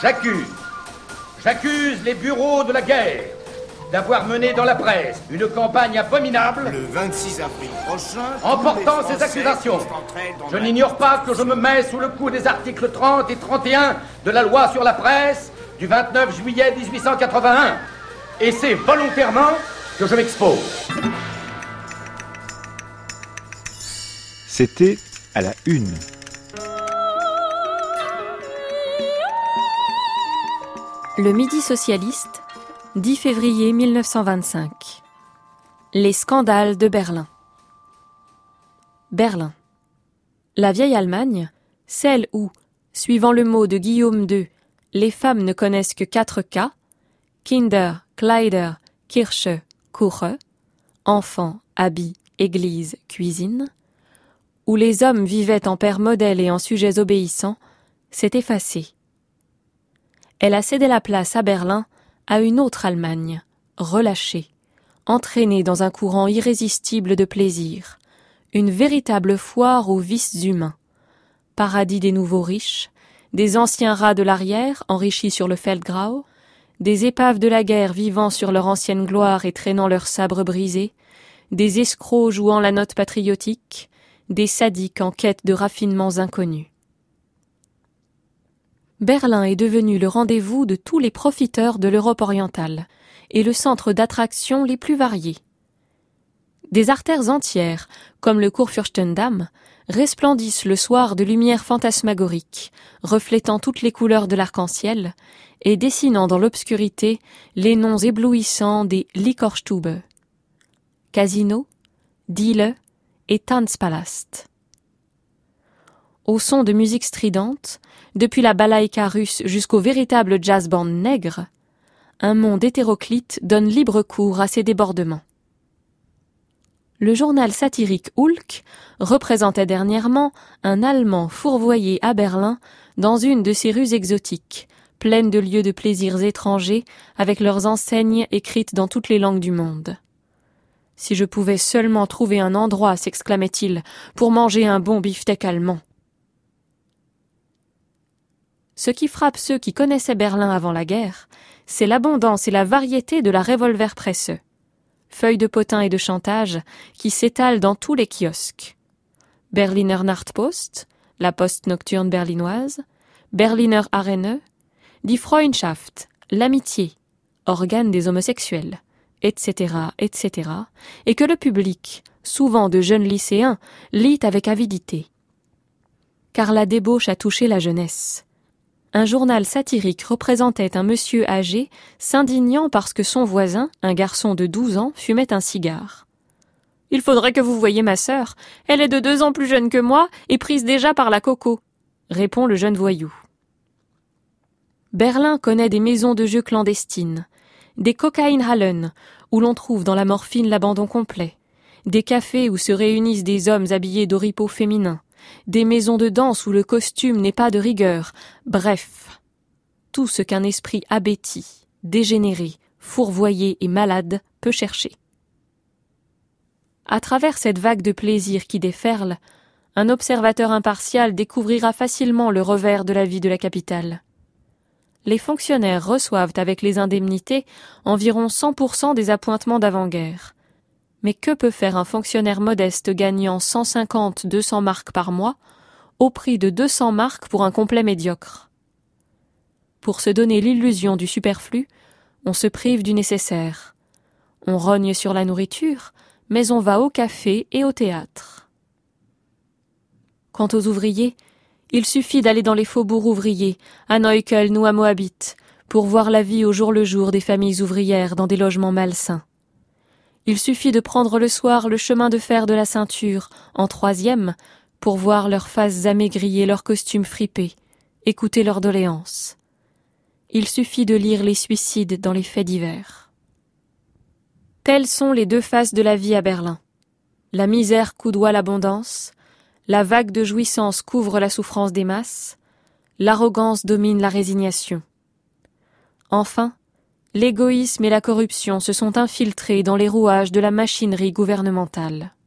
J'accuse les bureaux de la guerre d'avoir mené dans la presse une campagne abominable. Le 26 avril prochain, en portant ces accusations, je n'ignore pas que je me mets sous le coup des articles 30 et 31 de la loi sur la presse du 29 juillet 1881. Et c'est volontairement que je m'expose. C'était à la une. Le Midi socialiste, 10 février 1925. Les scandales de Berlin. Berlin. La vieille Allemagne, celle où, suivant le mot de Guillaume II, les femmes ne connaissent que 4 cas, Kinder, Kleider, Kirche, Kuche, enfants, habits, église, cuisine, où les hommes vivaient en pères modèles et en sujets obéissants, s'est effacée. Elle a cédé la place à Berlin à une autre Allemagne, relâchée, entraînée dans un courant irrésistible de plaisir, une véritable foire aux vices humains, paradis des nouveaux riches, des anciens rats de l'arrière enrichis sur le Feldgrau, des épaves de la guerre vivant sur leur ancienne gloire et traînant leurs sabres brisés, des escrocs jouant la note patriotique, des sadiques en quête de raffinements inconnus. Berlin est devenu le rendez-vous de tous les profiteurs de l'Europe orientale et le centre d'attractions les plus variés. Des artères entières, comme le Kurfürstendamm, resplendissent le soir de lumière fantasmagorique, reflétant toutes les couleurs de l'arc-en-ciel et dessinant dans l'obscurité les noms éblouissants des Liquorstube, Casino, Diele et Tanzpalast. Au son de musique stridente, depuis la balaïka russe jusqu'au véritable jazz band nègre, un monde hétéroclite donne libre cours à ces débordements. Le journal satirique Hulk représentait dernièrement un Allemand fourvoyé à Berlin dans une de ces rues exotiques, pleines de lieux de plaisirs étrangers avec leurs enseignes écrites dans toutes les langues du monde. « Si je pouvais seulement trouver un endroit, s'exclamait-il, pour manger un bon beefsteak allemand. » Ce qui frappe ceux qui connaissaient Berlin avant la guerre, c'est l'abondance et la variété de la Revolverpresse, feuilles de potin et de chantage qui s'étalent dans tous les kiosques. Berliner Nachtpost, la poste nocturne berlinoise, Berliner Arene, Die Freundschaft, l'amitié, organe des homosexuels, etc., etc., et que le public, souvent de jeunes lycéens, lit avec avidité. Car la débauche a touché la jeunesse. Un journal satirique représentait un monsieur âgé s'indignant parce que son voisin, un garçon de 12 ans, fumait un cigare. « Il faudrait que vous voyiez ma sœur. Elle est de 2 ans plus jeune que moi et prise déjà par la coco », répond le jeune voyou. Berlin connaît des maisons de jeux clandestines, des Cocaïnhallen, où l'on trouve dans la morphine l'abandon complet, des cafés où se réunissent des hommes habillés d'oripeaux féminins, des maisons de danse où le costume n'est pas de rigueur, bref, tout ce qu'un esprit abéti, dégénéré, fourvoyé et malade peut chercher. À travers cette vague de plaisir qui déferle, un observateur impartial découvrira facilement le revers de la vie de la capitale. Les fonctionnaires reçoivent avec les indemnités environ 100% des appointements d'avant-guerre. Mais que peut faire un fonctionnaire modeste gagnant 150-200 marks par mois au prix de 200 marks pour un complet médiocre? Pour se donner l'illusion du superflu, on se prive du nécessaire. On rogne sur la nourriture, mais on va au café et au théâtre. Quant aux ouvriers, il suffit d'aller dans les faubourgs ouvriers, à Neukölln ou à Moabit, pour voir la vie au jour le jour des familles ouvrières dans des logements malsains. Il suffit de prendre le soir le chemin de fer de la ceinture, en 3e, pour voir leurs faces amaigries et leurs costumes fripés, écouter leurs doléances. Il suffit de lire les suicides dans les faits divers. Telles sont les 2 faces de la vie à Berlin. La misère coudoie l'abondance, la vague de jouissance couvre la souffrance des masses, l'arrogance domine la résignation. Enfin, l'égoïsme et la corruption se sont infiltrés dans les rouages de la machinerie gouvernementale.